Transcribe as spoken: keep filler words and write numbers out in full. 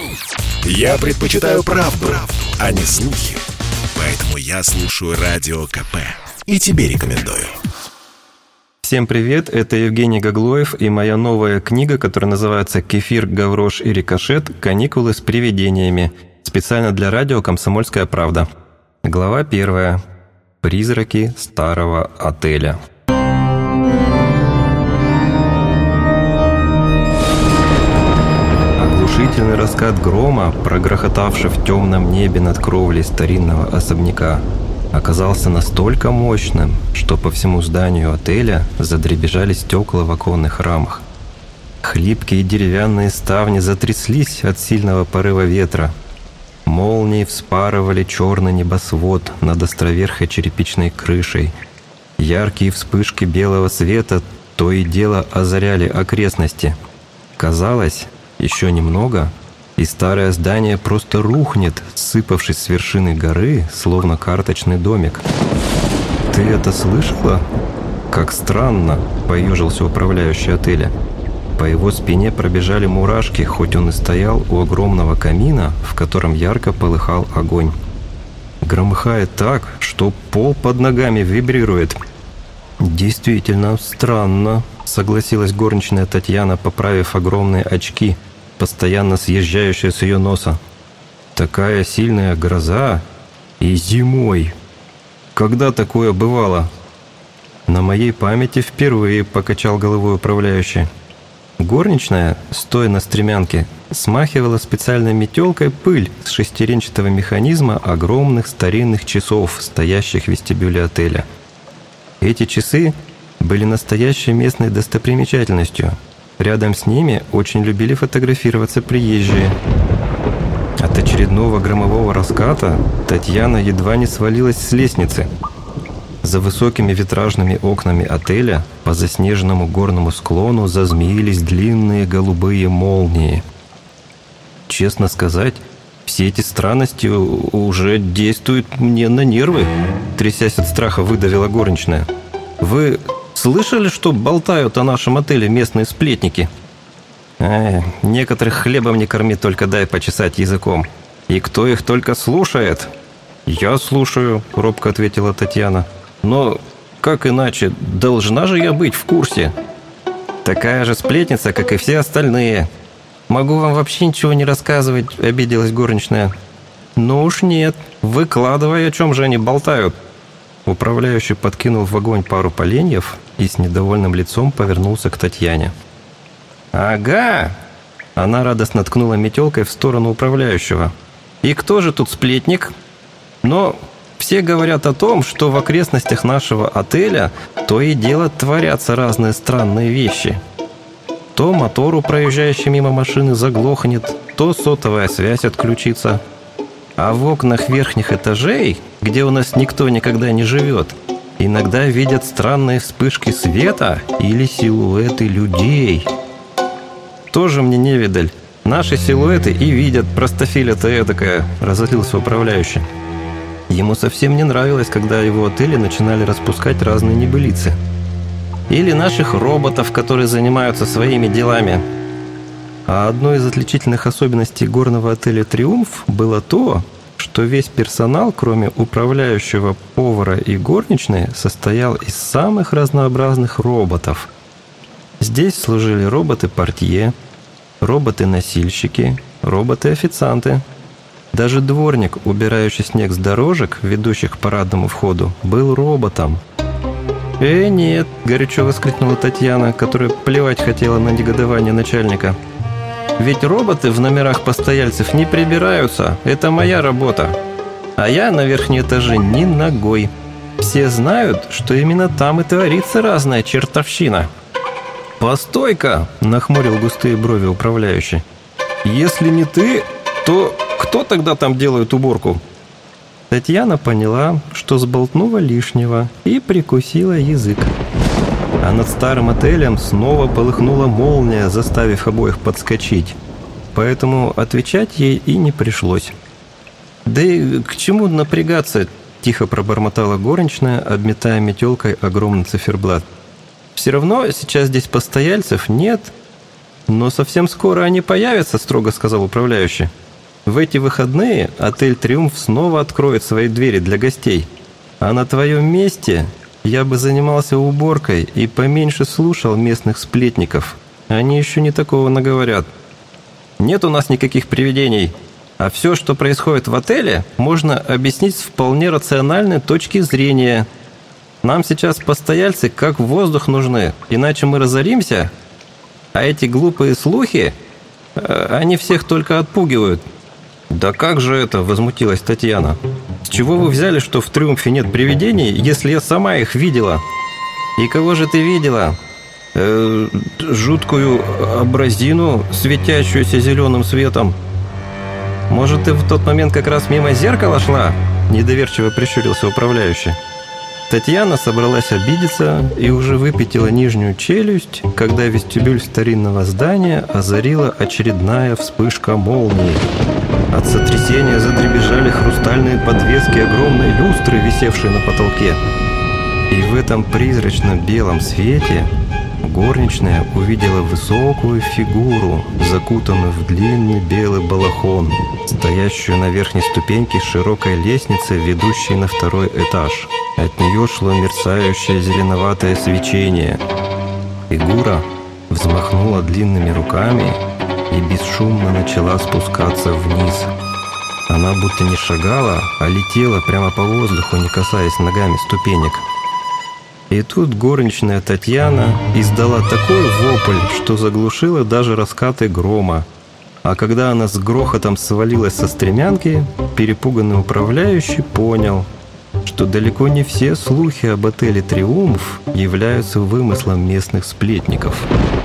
Я предпочитаю правду, правду, а не слухи. Поэтому я слушаю Радио КП. И тебе рекомендую. Всем привет, это Евгений Гаглоев и моя новая книга, которая называется «Кефир, гаврош и рикошет. Каникулы с привидениями». Специально для радио «Комсомольская правда». Глава первая. Призраки старого отеля. Оглушительный раскат грома, прогрохотавший в темном небе над кровлей старинного особняка, оказался настолько мощным, что по всему зданию отеля задребезжали стекла в оконных рамах. Хлипкие деревянные ставни затряслись от сильного порыва ветра. Молнии вспарывали черный небосвод над островерхой черепичной крышей. Яркие вспышки белого света то и дело озаряли окрестности. Казалось, еще немного, и старое здание просто рухнет, сыпавшись с вершины горы, словно карточный домик. «Ты это слышала?» «Как странно», — поежился управляющий отеля. По его спине пробежали мурашки, хоть он и стоял у огромного камина, в котором ярко полыхал огонь. Громыхает так, что пол под ногами вибрирует. «Действительно странно», — согласилась горничная Татьяна, поправив огромные очки, постоянно съезжающие с ее носа. «Такая сильная гроза и зимой. Когда такое бывало?» «На моей памяти впервые», — покачал головой управляющий. Горничная, стоя на стремянке, смахивала специальной метелкой пыль с шестеренчатого механизма огромных старинных часов, стоящих в вестибюле отеля. Эти часы были настоящей местной достопримечательностью. Рядом с ними очень любили фотографироваться приезжие. От очередного громового раската Татьяна едва не свалилась с лестницы. За высокими витражными окнами отеля по заснеженному горному склону зазмеились длинные голубые молнии. Честно сказать, все эти странности уже действуют мне на нервы, трясясь от страха, выдавила горничная. «Вы слышали, что болтают о нашем отеле местные сплетники?» «Эй, некоторых хлебом не корми, только дай почесать языком. И кто их только слушает?» «Я слушаю», — робко ответила Татьяна. «Но как иначе? Должна же я быть в курсе». «Такая же сплетница, как и все остальные. Могу вам вообще ничего не рассказывать», — обиделась горничная. «Ну уж нет, выкладывай, о чем же они болтают». Управляющий подкинул в огонь пару поленьев и с недовольным лицом повернулся к Татьяне. «Ага!» Она радостно ткнула метелкой в сторону управляющего. «И кто же тут сплетник?» «Но все говорят о том, что в окрестностях нашего отеля то и дело творятся разные странные вещи. То мотор у проезжающей мимо машины заглохнет, то сотовая связь отключится. А в окнах верхних этажей, где у нас никто никогда не живет, иногда видят странные вспышки света или силуэты людей». «Тоже мне невидаль. Наши силуэты и видят, простофиля-то эдакая», — разозлился управляющий. Ему совсем не нравилось, когда его отели начинали распускать разные небылицы. «Или наших роботов, которые занимаются своими делами». А одной из отличительных особенностей горного отеля «Триумф» было то, что весь персонал, кроме управляющего, повара и горничной, состоял из самых разнообразных роботов. Здесь служили роботы-портье, роботы-носильщики, роботы-официанты. Даже дворник, убирающий снег с дорожек, ведущих к парадному входу, был роботом. «Э, нет!» – горячо воскликнула Татьяна, которая плевать хотела на негодование начальника. «Ведь роботы в номерах постояльцев не прибираются. Это моя работа. А я на верхние этажи ни ногой. Все знают, что именно там и творится разная чертовщина». «Постой-ка!» – нахмурил густые брови управляющий. «Если не ты, то кто тогда там делает уборку?» Татьяна поняла, что сболтнула лишнего, и прикусила язык. А над старым отелем снова полыхнула молния, заставив обоих подскочить. Поэтому отвечать ей и не пришлось. «Да и к чему напрягаться?» – тихо пробормотала горничная, обметая метелкой огромный циферблат. «Все равно сейчас здесь постояльцев нет». «Но совсем скоро они появятся», – строго сказал управляющий. «В эти выходные отель «Триумф» снова откроет свои двери для гостей. А на твоем месте я бы занимался уборкой и поменьше слушал местных сплетников. Они еще не такого наговорят. Нет у нас никаких привидений. А все, что происходит в отеле, можно объяснить с вполне рациональной точки зрения. Нам сейчас постояльцы как воздух нужны, иначе мы разоримся. А эти глупые слухи, они всех только отпугивают». «Да как же это?» – возмутилась Татьяна. «С чего вы взяли, что в «Триумфе» нет привидений, если я сама их видела?» «И кого же ты видела?» э, «Жуткую абразину, светящуюся зеленым светом». «Может, ты в тот момент как раз мимо зеркала шла?» – недоверчиво прищурился управляющий. Татьяна собралась обидеться и уже выпятила нижнюю челюсть, когда вестибюль старинного здания озарила очередная вспышка молнии. От сотрясения задребезжали хрустальные подвески огромной люстры, висевшей на потолке. И в этом призрачном белом свете горничная увидела высокую фигуру, закутанную в длинный белый балахон, стоящую на верхней ступеньке широкой лестницы, ведущей на второй этаж. От нее шло мерцающее зеленоватое свечение. Фигура взмахнула длинными руками и бесшумно начала спускаться вниз. Она будто не шагала, а летела прямо по воздуху, не касаясь ногами ступенек. И тут горничная Татьяна издала такой вопль, что заглушила даже раскаты грома. А когда она с грохотом свалилась со стремянки, перепуганный управляющий понял, что далеко не все слухи об отеле «Триумф» являются вымыслом местных сплетников.